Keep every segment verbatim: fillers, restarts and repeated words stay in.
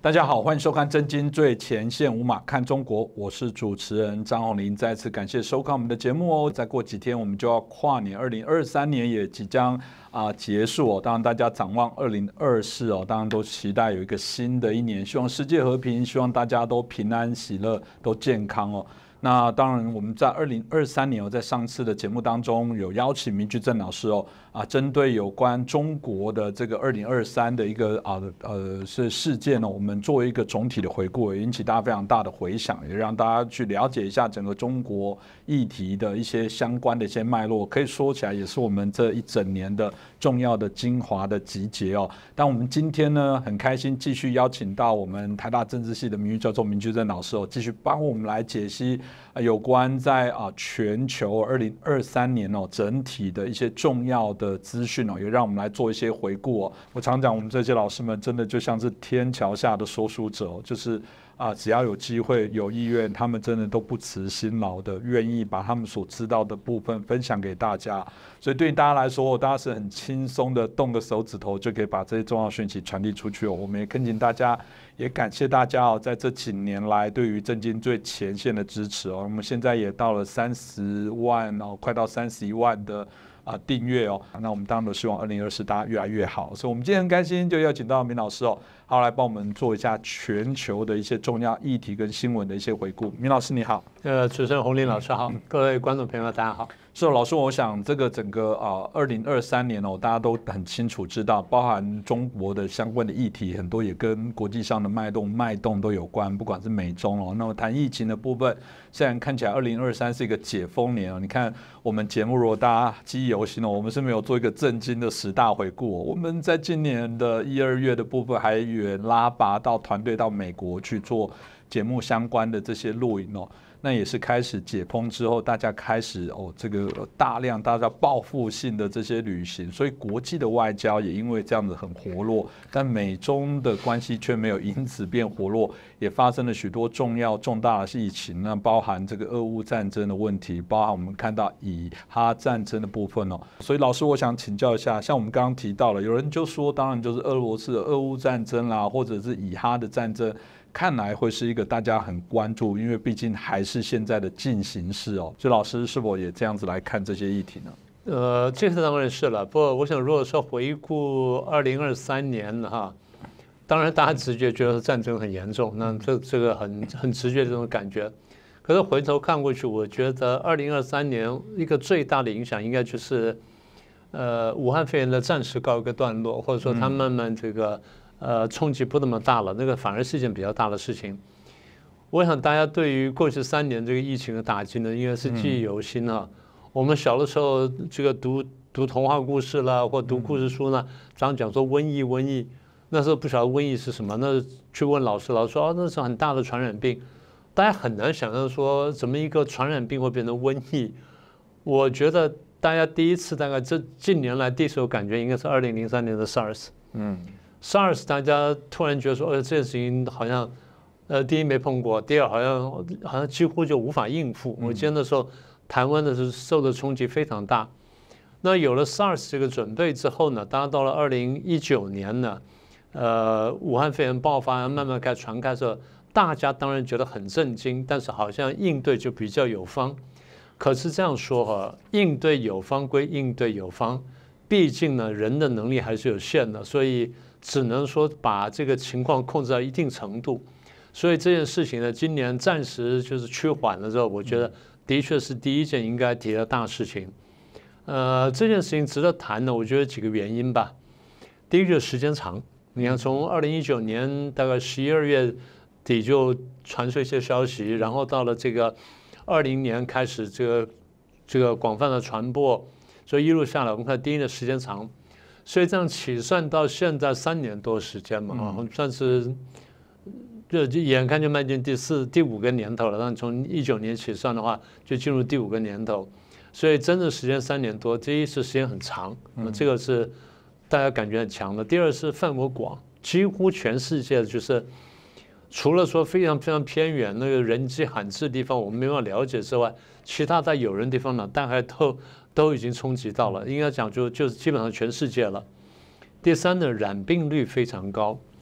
大家好，欢迎收看《震惊最前线》，无马看中国，我是主持人张宏林。再次感谢收看我们的节目哦。再过几天我们就要跨年，二零二三年也即将啊、呃、结束哦。当然，大家展望二零二四哦，当然都期待有一个新的一年，希望世界和平，希望大家都平安喜乐，都健康哦。那当然，我们在二零二三年哦，在上次的节目当中有邀请明居正老师哦，啊，针对有关中国的这个二零二三的一个啊呃是事件呢，我们作为一个总体的回顾，也引起大家非常大的回响，也让大家去了解一下整个中国议题的一些相关的一些脉络。可以说起来，也是我们这一整年的重要的精华的集结哦。但我们今天呢，很开心继续邀请到我们台大政治系的名誉教授明居正老师哦，继续帮我们来解析。有关在啊全球二零二三年哦整体的一些重要的资讯哦，也让我们来做一些回顾哦。我常讲，我们这些老师们真的就像是天桥下的说书者哦，就是啊只要有机会有意愿，他们真的都不辞辛劳的，愿意把他们所知道的部分分享给大家。所以对于大家来说，大家是很轻松的动个手指头就可以把这些重要讯息传递出去哦。我们也恳请大家。也感谢大家哦，在这几年来对于震惊最前线的支持哦，我们现在也到了三十万哦，快到三十一万的啊订阅哦，那我们当然都希望二零二四大家越来越好，所以我们今天很开心就邀请到明老师哦，好来帮我们做一下全球的一些重要议题跟新闻的一些回顾。明老师你好， 呃，主持人洪林老师好，各位观众朋友大家好。 是老师，我想这个整个啊，二零二三年哦，大家都很清楚知道，包含中国的相关的议题，很多也跟国际上的脉动脉动都有关，不管是美中哦。那么谈疫情的部分，虽然看起来二零二三是一个解封年哦，你看我们节目如果大家记忆犹新哦，我们是没有做一个震惊的十大回顾哦。我们在今年的一二月的部分，还远拉拔到团队到美国去做节目相关的这些录影哦。那也是开始解封之后，大家开始哦，这个大量大家报复性的这些旅行，所以国际的外交也因为这样子很活络，但美中的关系却没有因此变活络，也发生了许多重要重大的疫情，那包含这个俄乌战争的问题，包含我们看到以哈战争的部分哦。所以老师，我想请教一下，像我们刚刚提到了，有人就说，当然就是俄罗斯的俄乌战争啦，或者是以哈的战争。看来会是一个大家很关注，因为毕竟还是现在的进行式哦。所以老师是否也这样子来看这些议题呢？ 呃，这个当然是了。不过我想，如果说回顾二零二三年哈，当然大家直觉觉得战争很严重，那这这个很很直觉这种感觉。可是回头看过去，我觉得二零二三年一个最大的影响应该就是，呃，武汉肺炎的暂时告一个段落，或者说它慢慢这个。呃，冲击不那么大了，那个反而是一件比较大的事情。我想大家对于过去三年这个疫情的打击呢，应该是记忆犹新啊。嗯、我们小的时候，这个读读童话故事啦，或读故事书呢，常讲说瘟疫，瘟疫。那时候不晓得瘟疫是什么，那去问老师，老师说哦，那是很大的传染病。大家很难想象说，怎么一个传染病会变成瘟疫。我觉得大家第一次大概这近年来第一次有感觉，应该是二零零三年的 SARS。嗯。SARS 大家突然觉得说，呃，这件事情好像，呃，第一没碰过，第二好像好像几乎就无法应付。我记得那时候台湾的是受的冲击非常大。那有了 SARS 这个准备之后呢，当然到了二零一九年呢，呃，武汉肺炎爆发慢慢开始传开的时候，大家当然觉得很震惊，但是好像应对就比较有方。可是这样说哈，应对有方归应对有方，毕竟呢人的能力还是有限的，所以。只能说把这个情况控制到一定程度，所以这件事情呢，今年暂时就是趋缓了之后，我觉得的确是第一件应该提的大事情。呃，这件事情值得谈呢，我觉得几个原因吧。第一个就是时间长，你看从二零一九年大概十一二月底就传出一些消息，然后到了这个二零年开始这个这个广泛的传播，所以一路下来，我们看第一个时间长。所以这样起算到现在三年多时间嘛，啊，算是就眼看就迈进第四、第五个年头了。但从一九年起算的话，就进入第五个年头，所以真的时间三年多。第一是时间很长，这个是大家感觉很强的。第二是范围广，几乎全世界就是除了说非常非常偏远那个人迹罕至的地方我们没办法了解之外，其他在有人的地方呢，大概都。都已经冲击到了，应该讲就就是基本上全世界了。第三呢，染病率非常高。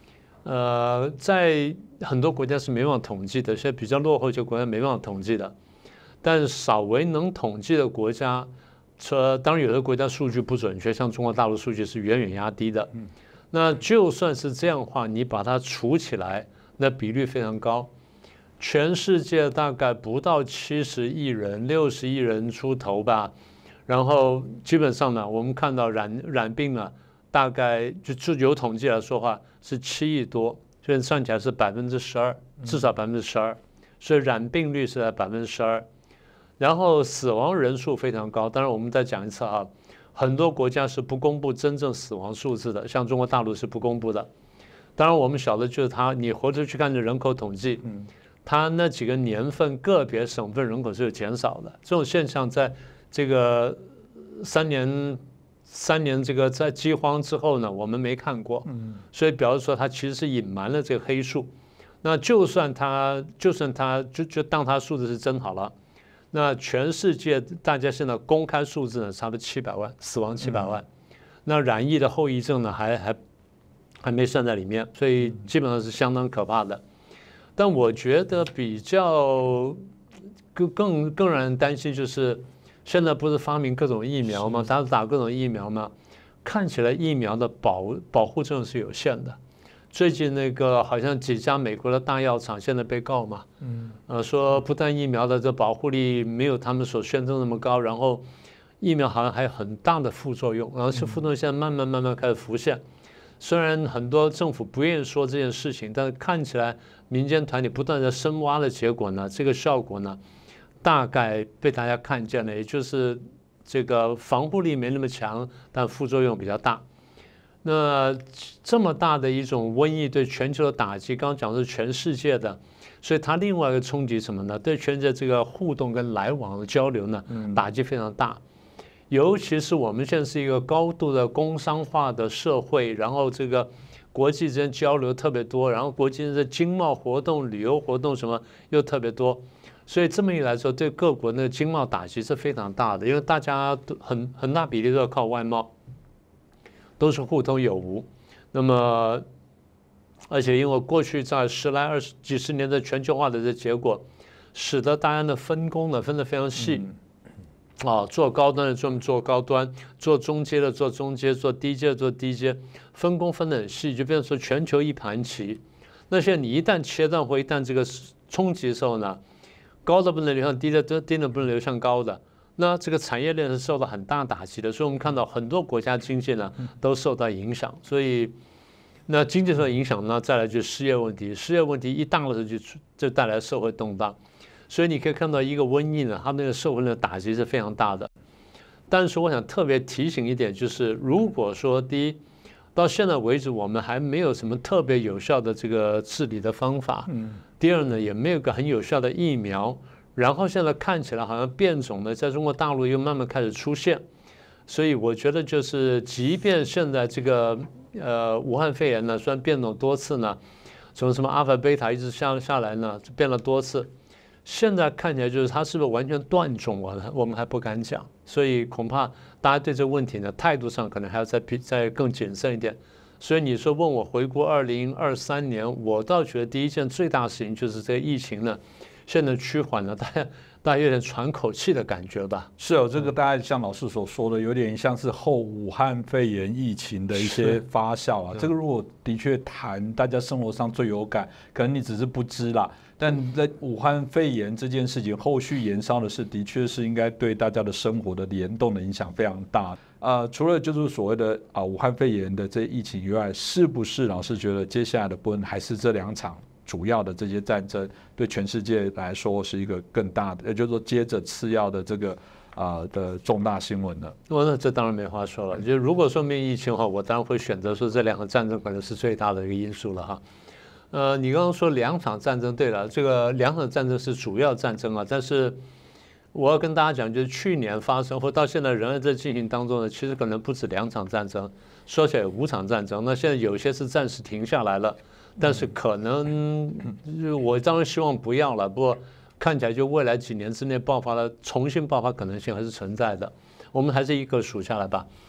呃，在很多国家是没办法统计的，现在比较落后一些国家没办法统计的，但是稍微能统计的国家，说当然有的国家数据不准确，像中国大陆数据是远远压低的。那就算是这样的话，你把它除起来，那比率非常高。全世界大概不到七十亿人，六十亿人出头吧。然后基本上呢，我们看到染染病呢，大概就就有统计来说话是七亿多，所以算起来是百分之十二，至少百分之十二。所以染病率是在百分之十二。然后死亡人数非常高。当然，我们再讲一次啊，很多国家是不公布真正死亡数字的，像中国大陆是不公布的。当然，我们晓得就是它，你回头去看这人口统计。嗯。它那几个年份，个别省份人口是有减少的，这种现象在这个三年三年这个在饥荒之后呢，我们没看过，所以表示说它其实是隐瞒了这个黑数。那就算它就算它就就当它数字是真好了，那全世界大家现在公开数字呢，差不多七百万死亡七百万，那染疫的后遗症呢还还还没算在里面，所以基本上是相当可怕的。但我觉得比较更更更让人担心，就是现在不是发明各种疫苗吗？大家打各种疫苗吗？看起来疫苗的保保护作用是有限的。最近那个好像几家美国的大药厂现在被告嘛，嗯，呃，说不但疫苗的这保护力没有他们所宣称那么高，然后疫苗好像还有很大的副作用，然后这副作用现在慢慢慢慢开始浮现。虽然很多政府不愿意说这件事情，但是看起来民间团体不断在深挖的结果呢，这个效果呢，大概被大家看见了，也就是这个防护力没那么强，但副作用比较大。那这么大的一种瘟疫对全球的打击，刚刚讲的是全世界的，所以它另外一个冲击什么呢？对全世界这个互动跟来往的交流呢，打击非常大。尤其是我们现在是一个高度的工商化的社会，然后这个国际之间交流特别多，然后国际之间的经贸活动、旅游活动什么又特别多，所以这么一来说，对各国的经贸打击是非常大的，因为大家都很很大比例都要靠外贸，都是互通有无。那么，而且因为过去在十来二十几十年的全球化的这结果，使得大家的分工呢分得非常细。嗯啊，做高端的专门做高端，做中阶的做中阶，做低阶的做低阶，分工分得很细，就变成说全球一盘棋。那现在你一旦切断或一旦这个冲击的时候呢，高的不能流向低的，低的不能流向高的，那这个产业链是受到很大打击的。所以我们看到很多国家经济呢都受到影响。所以那经济受到影响呢，再来就是失业问题，失业问题一大的时候就就带来社会动荡。所以你可以看到一个瘟疫呢，它那个社会的打击是非常大的。但是我想特别提醒一点，就是如果说第一，到现在为止我们还没有什么特别有效的这个治理的方法，嗯，第二呢也没有个很有效的疫苗，然后现在看起来好像变种呢在中国大陆又慢慢开始出现，所以我觉得就是即便现在这个呃武汉肺炎呢虽然变种多次呢，从什么阿尔法贝塔一直下下来呢变了多次。现在看起来就是它是不是完全断种，我我们还不敢讲，所以恐怕大家对这个问题呢态度上可能还要再再更谨慎一点。所以你说问我回顾二零二三年，我倒觉得第一件最大的事情就是这个疫情呢，现在趋缓了，大家大家有点喘口气的感觉吧？ 是哦，这个大概像老师所说的，有点像是后武汉肺炎疫情的一些发酵啊。这个如果的确谈大家生活上最有感，可能你只是不知啦。但在武汉肺炎这件事情后续延烧的是，的确是应该对大家的生活的联动的影响非常大。呃，除了就是所谓的啊武汉肺炎的这疫情以外，是不是老师觉得接下来的部分还是这两场主要的这些战争对全世界来说是一个更大的，也就是说接着次要的这个啊、呃、的重大新闻呢？ 我那这当然没话说了。就如果说没有疫情的话，我当然会选择说这两个战争可能是最大的一个因素了哈。呃，你刚刚说两场战争，对了，这个两场战争是主要战争啊，但是我要跟大家讲，就是去年发生或到现在仍然在进行当中呢，其实可能不止两场战争，说起来有五场战争。那现在有些是暂时停下来了，但是可能我当然希望不要了，不过看起来就未来几年之内爆发的重新爆发可能性还是存在的，我们还是一个数下来吧。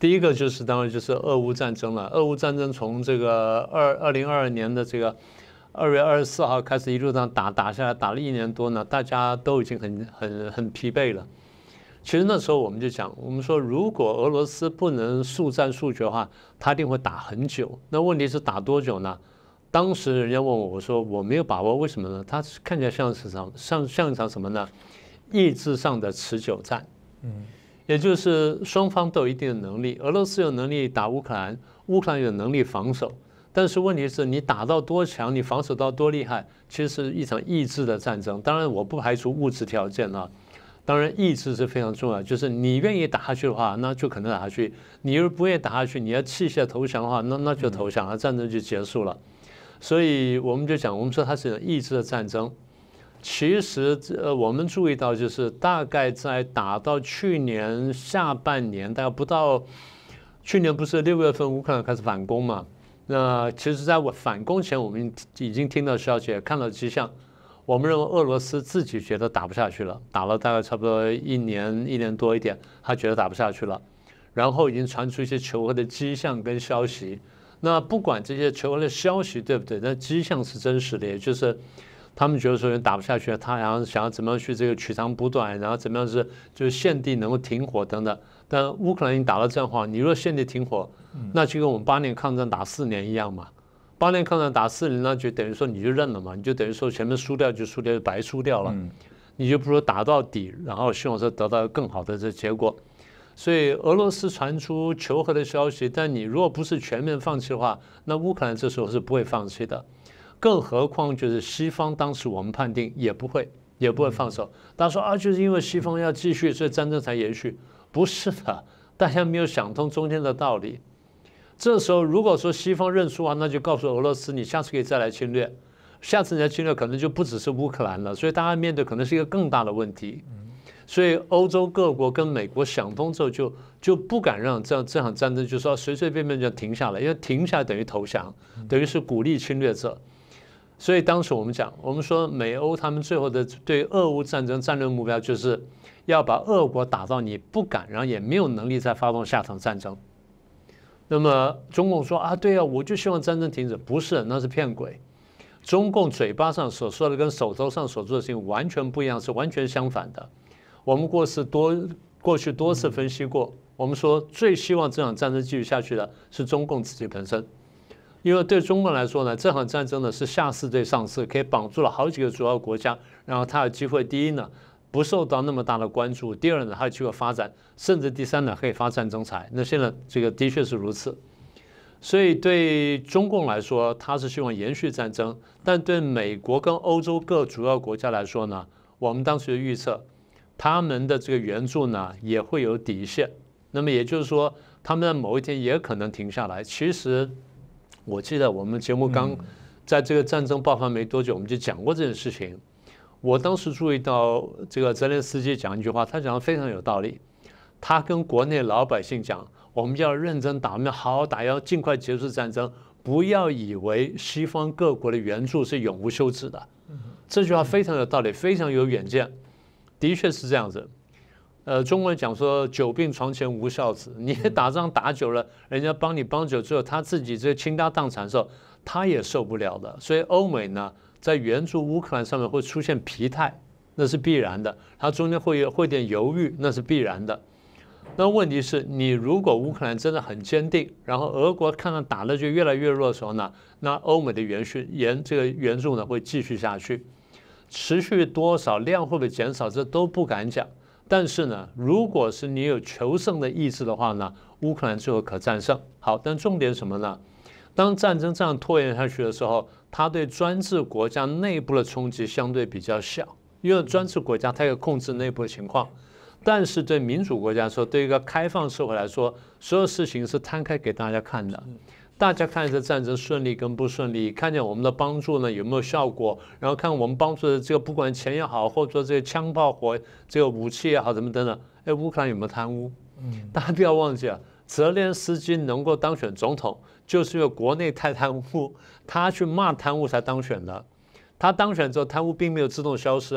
第一个就是当然就是俄乌战争了。俄乌战争从这个二二零二二年的这个二月二十四号开始一路上打打下来，打了一年多呢，大家都已经很很很疲惫了。其实那时候我们就讲，我们说如果俄罗斯不能速战速决的话，他一定会打很久。那问题是打多久呢？当时人家问我，我说我没有把握，为什么呢？它看起来像是什像像一场什么呢？意志上的持久战。嗯，也就是双方都有一定的能力，俄罗斯有能力打乌克兰，乌克兰有能力防守。但是问题是你打到多强，你防守到多厉害，其实是一场意志的战争。当然，我不排除物质条件啊。当然，意志是非常重要。就是你愿意打下去的话，那就可能打下去；你如果不愿意打下去，你要弃械投降的话，那那就投降了，战争就结束了。所以我们就讲，我们说它是意志的战争。其实，呃，我们注意到，就是大概在打到去年下半年，大概不到去年不是六月份乌克兰开始反攻嘛？那其实，在我反攻前，我们已经听到消息，看到迹象。我们认为俄罗斯自己觉得打不下去了，打了大概差不多一年一年多一点，他觉得打不下去了，然后已经传出一些求和的迹象跟消息。那不管这些求和的消息对不对，那迹象是真实的，也就是他们觉得说人打不下去，他想想要怎么样去这个取长补短，然后怎么样是就是限地能够停火等等。但乌克兰已经打了战话，你若限地停火，那就跟我们八年抗战打四年一样嘛。八年抗战打四年，那就等于说你就认了嘛，你就等于说前面输掉就输掉，就白输掉了。嗯、你就不如打到底，然后希望说得到更好的这结果。所以俄罗斯传出求和的消息，但你如果不是全面放弃的话，那乌克兰这时候是不会放弃的。更何况就是西方当时我们判定也不会，也不会放手。大家说啊，就是因为西方要继续，所以战争才延续，不是的，大家没有想通中间的道理。这时候，如果说西方认输啊，那就告诉俄罗斯，你下次可以再来侵略，下次你来侵略可能就不只是乌克兰了，所以大家面对可能是一个更大的问题。所以欧洲各国跟美国想通之后就，就就不敢让这样这场战争就说随随便便就停下来，因为停下来等于投降，等于是鼓励侵略者。所以当时我们讲，我们说美欧他们最后的对俄乌战争战略目标就是要把俄国打到你不敢，然后也没有能力再发动下场战争。那么中共说啊，对啊，我就希望战争停止，不是，那是骗鬼。中共嘴巴上所说的跟手头上所做的事情完全不一样，是完全相反的。我们过去多过去多次分析过，我们说最希望这场战争继续下去的是中共自己本身，因为对中共来说呢，这场战争呢是下士对上士，可以绑住了好几个主要国家，然后它有机会，第一呢不受到那么大的关注，第二呢还有机会发展，甚至第三呢可以发战争财。那现在这个的确是如此，所以对中共来说，他是希望延续战争，但对美国跟欧洲各主要国家来说呢，我们当时的预测，他们的这个援助呢也会有底线。那么也就是说，他们在某一天也可能停下来。其实我记得我们节目刚在这个战争爆发没多久，我们就讲过这件事情。我当时注意到这个泽连斯基讲一句话，他讲的非常有道理。他跟国内老百姓讲，我们要认真打，我们要好好打，要尽快结束战争，不要以为西方各国的援助是永无休止的。这句话非常有道理，非常有远见，的确是这样子。呃，中国人讲说久病床前无孝子，你打仗打久了，人家帮你帮久之后，他自己这个倾家荡产的时候，他也受不了的。所以欧美呢，在援助乌克兰上面会出现疲态，那是必然的。它中间会有会有点犹豫，那是必然的。那问题是你如果乌克兰真的很坚定，然后俄国看到打的就越来越弱的时候呢，那欧美的援助援这个援助呢会继续下去，持续多少量会不会减少，这都不敢讲。但是呢，如果是你有求胜的意志的话呢，乌克兰最后可战胜。好，但重点是什么呢？当战争这样拖延下去的时候，它对专制国家内部的冲击相对比较小，因为专制国家它有控制内部的情况。但是对民主国家说，对一个开放社会来说，所有事情是摊开给大家看的。大家看这战争顺利跟不顺利，看见我们的帮助呢有没有效果，然后看我们帮助的这个不管钱也好，或者说这个枪炮火这个武器也好，怎么等等，哎，乌克兰有没有贪污？嗯，大家不要忘记啊，泽连斯基能够当选总统，就是因为国内太贪污，他去骂贪污才当选的。他当选之后，贪污并没有自动消失啊，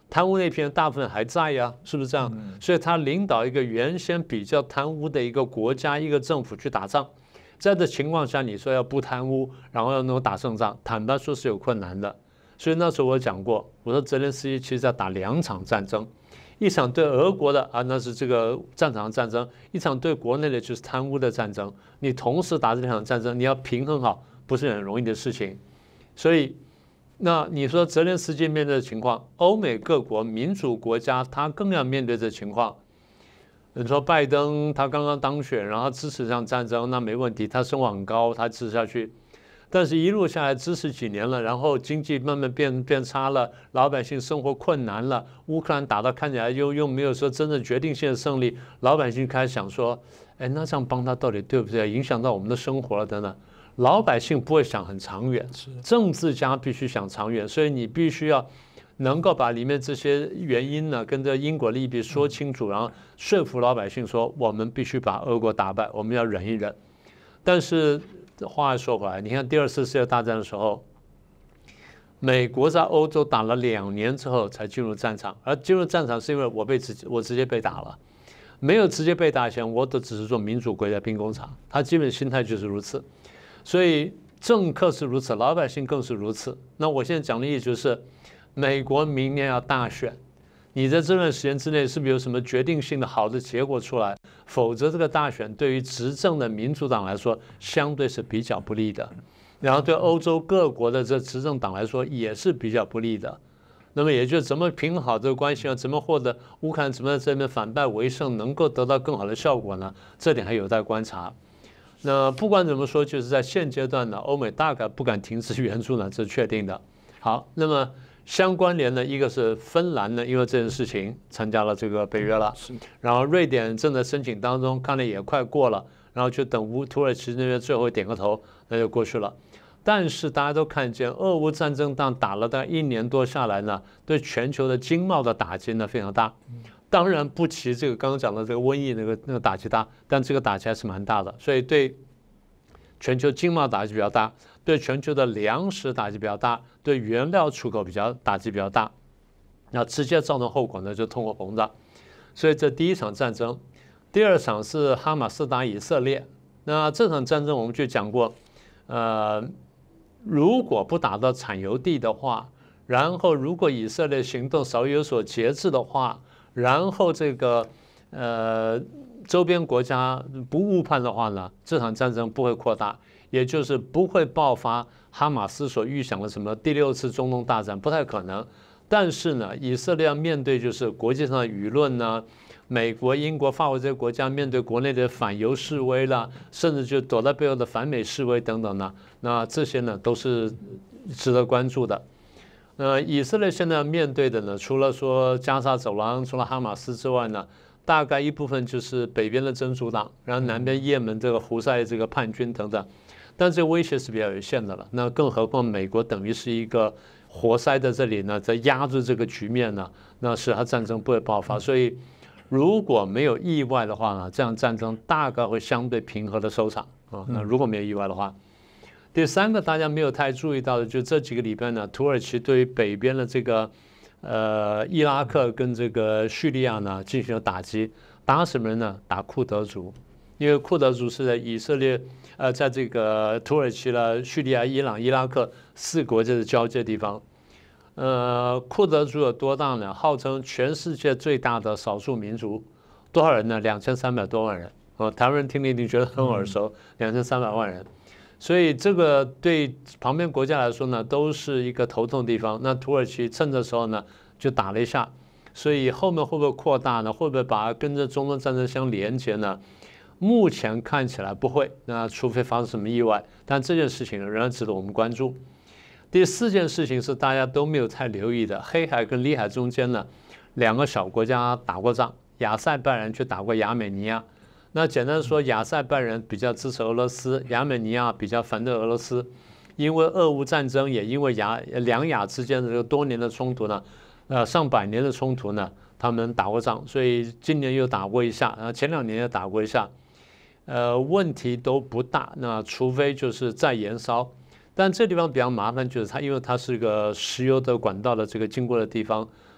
贪污那批人大部分还在呀，是不是这样？所以他领导一个原先比较贪污的一个国家、一个政府去打仗，在这情况下，你说要不贪污，然后要能够打胜仗，坦白说是有困难的。所以那时候我讲过，我说泽连斯基其实在打两场战争，一场对俄国的啊，那是这个战场战争；一场对国内的就是贪污的战争。你同时打这两场战争，你要平衡好，不是很容易的事情。所以，那你说泽连斯基面对的情况，欧美各国民主国家他更要面对这情况。你说拜登他刚刚当选，然后支持这场战争，那没问题，他声望很高，他支持下去。但是，一路下来支持几年了，然后经济慢慢变变差了，老百姓生活困难了，乌克兰打到看起来又又没有说真正决定性的胜利，老百姓开始想说，哎，那这样帮他到底对不对？影响到我们的生活了等等。老百姓不会想很长远，政治家必须想长远，所以你必须要能够把里面这些原因呢，跟这因果利弊说清楚，然后说服老百姓说，我们必须把俄国打败，我们要忍一忍。但是话说回来，你看第二次世界大战的时候，美国在欧洲打了两年之后才进入战场，而进入战场是因为我被直我直接被打了，没有直接被打前，我都只是做民主国家兵工厂，他基本心态就是如此。所以政客是如此，老百姓更是如此。那我现在讲的意思就是，美国明年要大选，你在这段时间之内是不是有什么决定性的好的结果出来？否则这个大选对于执政的民主党来说，相对是比较不利的，然后对欧洲各国的这执政党来说也是比较不利的。那么也就是怎么平衡好这个关系啊？怎么获得乌克兰怎么在这边反败为胜，能够得到更好的效果呢？这点还有待观察。那不管怎么说，就是在现阶段呢，欧美大概不敢停止援助呢，这是确定的。好，那么相关联呢，一个是芬兰呢，因为这件事情参加了这个北约了，然后瑞典正在申请当中，看来也快过了，然后就等乌土耳其那边最后点个头，那就过去了。但是大家都看见，俄乌战争当打了大概一年多下来呢，对全球的经贸的打击呢非常大。当然不及这个刚刚讲的这个瘟疫那个那个打击大，但这个打击还是蛮大的，所以对全球经贸打击比较大，对全球的粮食打击比较大，对原料出口比较打击比较大，那直接造成后果呢就通货膨胀。所以这第一场战争，第二场是哈马斯打以色列。那这场战争我们就讲过，呃，如果不打到产油地的话，然后如果以色列行动稍微有所节制的话，然后这个呃周边国家不误判的话呢，这场战争不会扩大，也就是不会爆发哈马斯所预想的什么第六次中东大战，不太可能。但是呢，以色列要面对就是国际上的舆论呢，美国、英国、法国这些国家面对国内的反犹示威啦，甚至就躲在背后的反美示威等等呢，那这些呢都是值得关注的。呃，以色列现在面对的呢，除了说加沙走廊，除了哈马斯之外呢，大概一部分就是北边的真主党，然后南边也门这个胡塞这个叛军等等，但这个威胁是比较有限的了。那更何况美国等于是一个活塞在这里呢，在压住这个局面呢，那使它战争不会爆发。所以如果没有意外的话呢，这样战争大概会相对平和的收场啊。那如果没有意外的话。第三个大家没有太注意到的，就这几个礼拜呢，土耳其对于北边的这个呃伊拉克跟这个叙利亚呢进行了打击，打什么人呢？打库德族，因为库德族是在以色列呃在这个土耳其了、叙利亚、伊朗、伊拉克四国这的交界地方。呃，库德族有多大呢？号称全世界最大的少数民族，多少人呢？两千三百多万人。哦，台湾人听了一定觉得很耳熟，两千三百万人。所以这个对旁边国家来说呢，都是一个头痛的地方。那土耳其趁这时候呢，就打了一下。所以后面会不会扩大呢？会不会把它跟着中东战争相连接呢？目前看起来不会。那除非发生什么意外，但这件事情仍然值得我们关注。第四件事情是大家都没有太留意的，黑海跟里海中间呢，两个小国家打过仗，亚塞拜然去打过亚美尼亚。那简单说，亚塞拜然比较支持俄罗斯，亚美尼亚比较反对俄罗斯。因为俄乌战争，也因为亚两亚之间的这个多年的冲突呢，呃，上百年的冲突呢，他们打过仗，所以今年又打过一下，然后前两年也打过一下，呃，问题都不大。那除非就是再延烧，但这地方比较麻烦，就是它因为它是个石油的管道的这个经过的地方，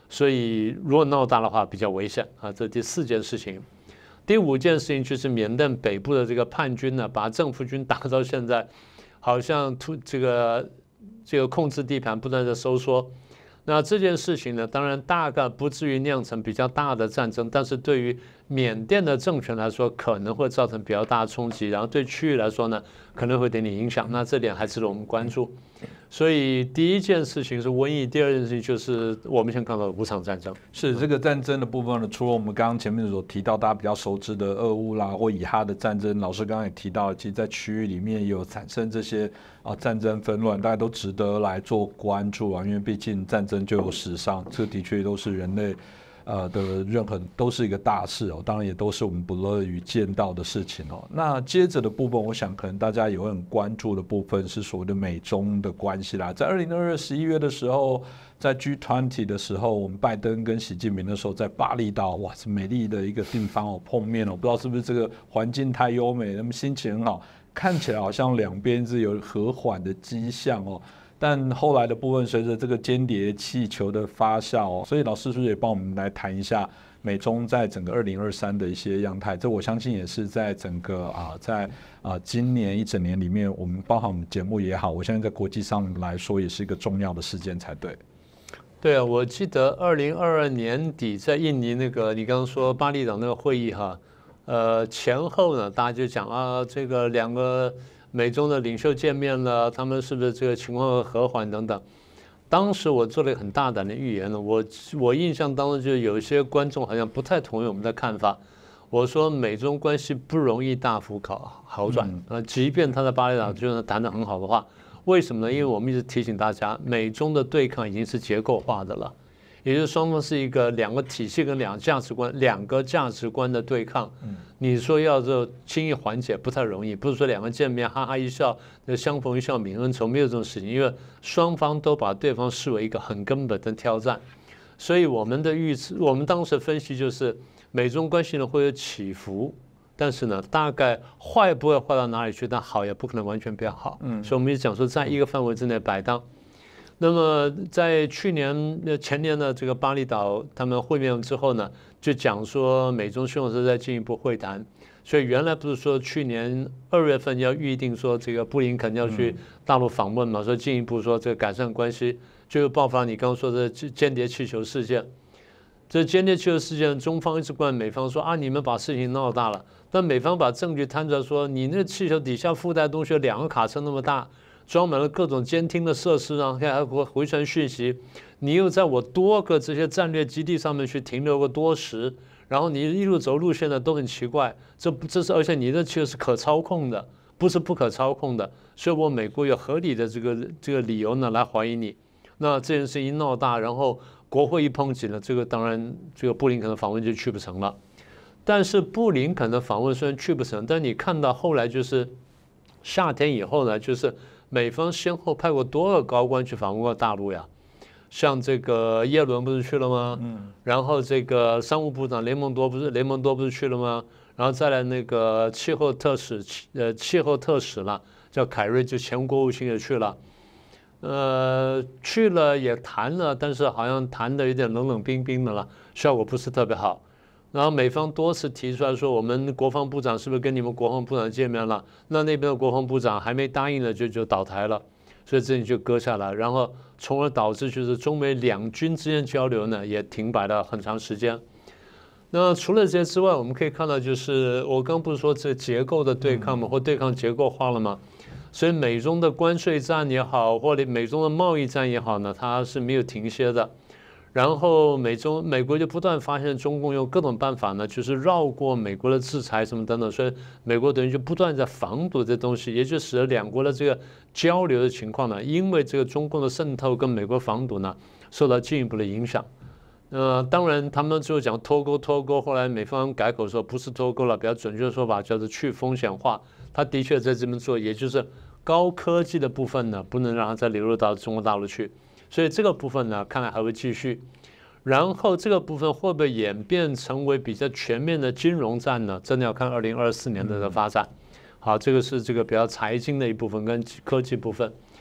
所以如果闹大的话比较危险啊。这第四件事情。第五件事情就是缅甸北部的这个叛军呢，把政府军打到现在，好像突这个这个控制地盘不断的收缩。那这件事情呢，当然大概不至于酿成比较大的战争，但是对于缅甸的政权来说，可能会造成比较大的冲击，然后对区域来说呢，可能会有点点影响。那这点还值得我们关注。所以第一件事情是瘟疫，第二件事情就是我们先看到的五场战争。 是这个战争的部分呢，除了我们刚刚前面所提到大家比较熟知的俄乌啦或以哈的战争，老师刚刚也提到，其实在区域里面也有产生这些啊战争纷乱，大家都值得来做关注啊，因为毕竟战争就有史上，这的确都是人类。呃的任何都是一个大事哦，当然也都是我们不乐于见到的事情哦。那接着的部分，我想可能大家也会很关注的部分是所谓的美中的关系啦。在二零二二十一月的时候，在 G 二十 的时候，我们拜登跟习近平的时候在巴厘岛，哇，是美丽的一个地方哦，碰面哦，不知道是不是这个环境太优美，他们心情很好，看起来好像两边是有和缓的迹象哦。但后来的部分，随着这个间谍气球的发酵哦，所以老师是不是也帮我们来谈一下美中在整个二零二三的一些样态？这我相信也是在整个啊，在啊今年一整年里面，我们包含我们节目也好，我相信在国际上来说也是一个重要的事件才对。 对啊，我记得二零二二年底在印尼那个你刚刚说巴厘岛那个会议哈，呃前后呢，大家就讲啊，这个两个。美中的领袖见面了，他们是不是这个情况和缓等等？当时我做了一个很大胆的预言了，我我印象当中就有一些观众好像不太同意我们的看法。我说美中关系不容易大幅好好转，呃，即便他在巴厘岛就是谈得很好的话，为什么呢？因为我们一直提醒大家，美中的对抗已经是结构化的了。也就是双方是一个两个体系跟两个价值观、两个价值观的对抗。你说要这轻易缓解不太容易，不是说两个见面哈哈一笑，相逢一笑泯恩仇，没有这种事情，因为双方都把对方视为一个很根本的挑战。所以我们的预测，我们当时分析就是美中关系呢会有起伏，但是呢大概坏不会坏到哪里去，但好也不可能完全变好。嗯，所以我们就讲说在一个范围之内摆荡。那么在去年、前年的这个巴厘岛他们会面之后呢，就讲说美中希望是再进一步会谈。所以原来不是说去年二月份要预定说这个布林肯要去大陆访问嘛，说进一步说这个改善关系，就爆发你刚刚说的间谍气球事件。这间谍气球事件，中方一直怪美方说啊，你们把事情闹大了，但美方把证据摊出来说，你那气球底下附带东西有两个卡车那么大。装满了各种监听的设施，然后还会回传讯息。你又在我多个这些战略基地上面去停留过多时，然后你一路走路线呢都很奇怪。这这是而且你的其实是可操控的，不是不可操控的。所以我美国有合理的这个这个理由呢来怀疑你。那这件事一闹大，然后国会一抨击呢，这个当然这个布林肯的访问就去不成了。但是布林肯的访问虽然去不成，但你看到后来就是夏天以后呢，就是。美方先后派过多个高官去访问过大陆呀，像这个耶伦不是去了吗？嗯，然后这个商务部长雷蒙多不是雷蒙多不是去了吗？然后再来那个气候特使，呃，气候特使了，叫凯瑞，就前国务卿也去了，呃，去了也谈了，但是好像谈的有点冷冷冰冰的了，效果不是特别好。然后美方多次提出来说，我们国防部长是不是跟你们国防部长见面了？那那边的国防部长还没答应呢，就就倒台了，所以这里就搁下来，然后从而导致就是中美两军之间交流呢也停摆了很长时间。那除了这些之外，我们可以看到，就是我刚不是说这结构的对抗嘛，或对抗结构化了吗？所以美中的关税战也好，或者美中的贸易战也好呢，它是没有停歇的。然后美中美国就不断发现中共用各种办法呢，就是绕过美国的制裁什么等等，所以美国等于就不断在防堵这东西，也就使得两国的这个交流的情况呢，因为这个中共的渗透跟美国防堵呢，受到进一步的影响。呃，当然他们就讲脱钩脱钩，后来美方改口说不是脱钩了，比较准确的说法叫做去风险化。他的确在这边做，也就是高科技的部分呢，不能让它再流入到中国大陆去。所以这个部分呢，看来还会继续。然后这个部分会不会演变成为比较全面的金融战呢？真的要看二零二四年的发展。好，这个是这个比较财经的一部分跟科技部分。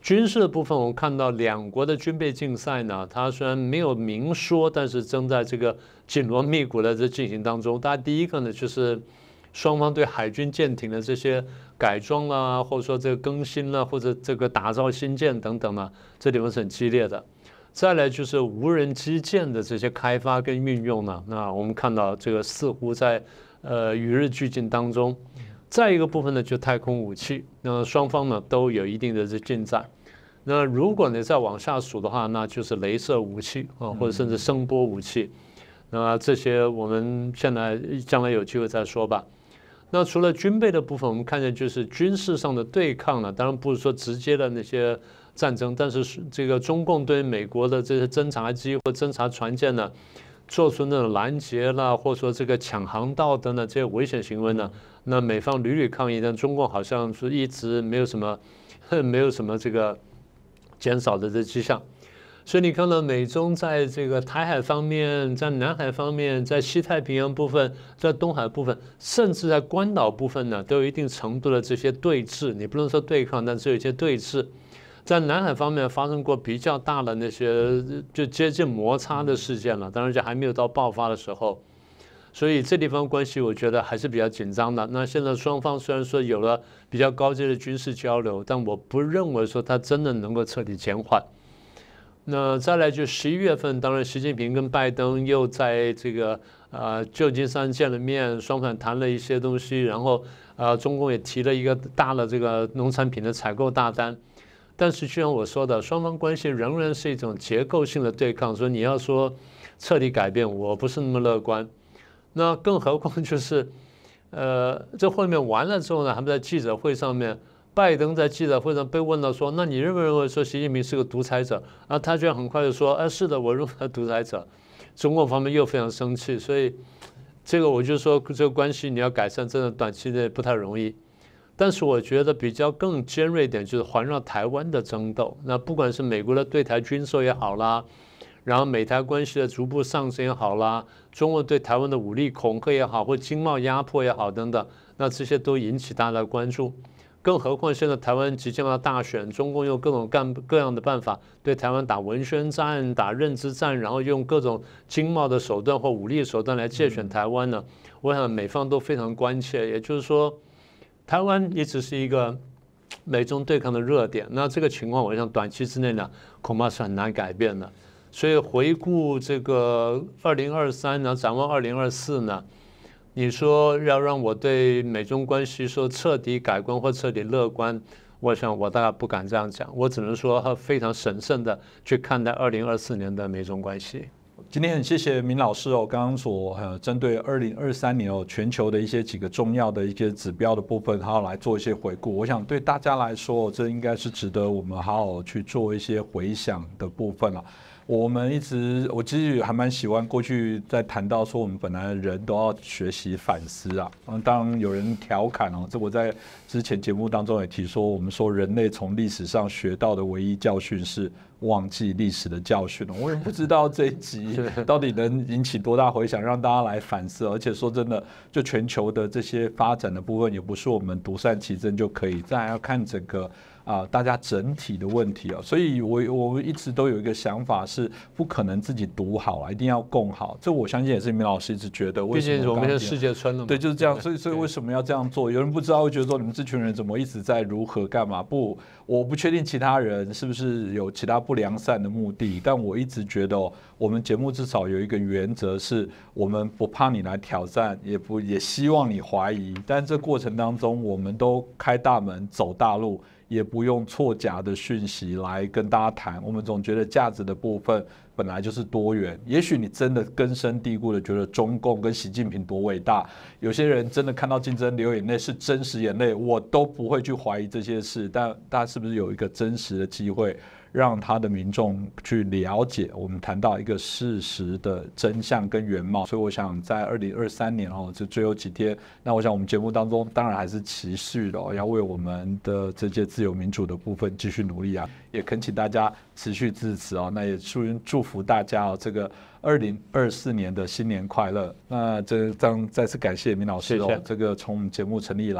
军事的部分，我们看到两国的军备竞赛呢，它虽然没有明说，但是正在这个紧锣密鼓的在进行当中。大家第一个呢，就是双方对海军舰艇的这些改装啦，或者说这个更新啦，或者这个打造新舰等等呢，这地方是很激烈的。再来就是无人机舰的这些开发跟运用呢，那我们看到这个似乎在呃与日俱进当中。再一个部分呢，就太空武器，那双方呢都有一定的这进展。那如果你再往下数的话，那就是雷射武器啊，或者甚至声波武器。那这些我们现在将来有机会再说吧。那除了军备的部分，我们看见就是军事上的对抗呢，当然不是说直接的那些战争，但是这个中共对美国的这些侦察机或侦察船舰呢，做出那种拦截啦，或者说这个抢航道等等这些危险行为呢，那美方屡屡抗议，但中共好像是一直没有什么没有什么这个减少的这迹象。所以你看到美中在这个台海方面，在南海方面，在西太平洋部分，在东海部分，甚至在关岛部分呢，都有一定程度的这些对峙。你不能说对抗，但是有一些对峙。在南海方面发生过比较大的那些就接近摩擦的事件了，当然这还没有到爆发的时候。所以这地方关系我觉得还是比较紧张的。那现在双方虽然说有了比较高阶的军事交流，但我不认为说它真的能够彻底减缓。那再来就十一月份，当然习近平跟拜登又在这个呃旧金山见了面，双方谈了一些东西，然后呃中共也提了一个大的这个农产品的采购大单。但是就像我说的，双方关系仍然是一种结构性的对抗，所以你要说彻底改变，我不是那么乐观。那更何况就是，呃，这会面完了之后呢，他们在记者会上面，拜登在记者会上被问到说，那你认不认为说习近平是个独裁者？然后他居然很快就说，哎，是的，我认为他独裁者。中共方面又非常生气，所以这个我就说这个关系你要改善，真的短期内不太容易。但是我觉得比较更尖锐一点就是环绕台湾的争斗，那不管是美国的对台军售也好啦，然后美台关系的逐步上升也好啦，中国对台湾的武力恐吓也好，或经贸压迫也好等等，那这些都引起大家的关注。更何况现在台湾即将要大选，中共用各种干各样的办法对台湾打文宣战、打认知战，然后用各种经贸的手段或武力手段来介选台湾呢，我想美方都非常关切。也就是说，台湾一直是一个美中对抗的热点，那这个情况我想短期之内呢，恐怕是很难改变的。所以回顾这个二零二三呢，展望二零二四呢，你说要让我对美中关系说彻底改观或彻底乐观，我想我大概不敢这样讲，我只能说非常审慎的去看待二零二四年的美中关系。 今天很谢谢明老师哦，刚刚所呃针对二零二三年哦全球的一些几个重要的一些指标的部分，好好来做一些回顾。我想对大家来说，这应该是值得我们好好去做一些回想的部分了。我们一直，我其实还蛮喜欢过去在谈到说，我们本来人都要学习反思啊。嗯，当然有人调侃哦，这我在之前节目当中也提说，我们说人类从历史上学到的唯一教训是忘记历史的教训。我也不知道这一集到底能引起多大回响，让大家来反思。而且说真的，就全球的这些发展的部分，也不是我们独善其身就可以，再来要看整个。啊，大家整体的问题啊，所以我我一直都有一个想法，是不可能自己独好啊，一定要共好。这我相信也是明老师一直觉得， 毕竟我们是世界村了嘛， 对，就是这样。所以所以为什么要这样做？有人不知道，会觉得说你们这群人怎么一直在如何干嘛？不，我不确定其他人是不是有其他不良善的目的，但我一直觉得、哦，我们节目至少有一个原则，是我们不怕你来挑战，也不也希望你怀疑，但这过程当中，我们都开大门走大路。也不用错假的讯息来跟大家谈，我们总觉得价值的部分本来就是多元。也许你真的根深蒂固的觉得中共跟习近平多伟大，有些人真的看到竞争流眼泪是真实眼泪，我都不会去怀疑这些事。但大家是不是有一个真实的机会，让他的民众去了解我们谈到一个事实的真相跟原貌？所以我想在二零二三年哦，这最后几天，那我想我们节目当中当然还是持续的、哦、要为我们的这些自由民主的部分继续努力啊，也恳请大家持续支持哦。那也祝祝福大家哦，这个二零二四年的新年快乐。那这这样再次感谢明老师哦， 谢谢。 这个从我们节目成立以来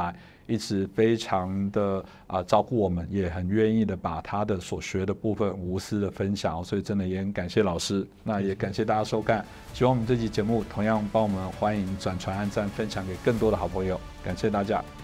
一直非常的啊、呃、照顾我们，也很愿意的把他的所学的部分无私的分享，所以真的也很感谢老师，那也感谢大家收看，希望我们这期节目同样帮我们欢迎转传、按赞、分享给更多的好朋友，感谢大家。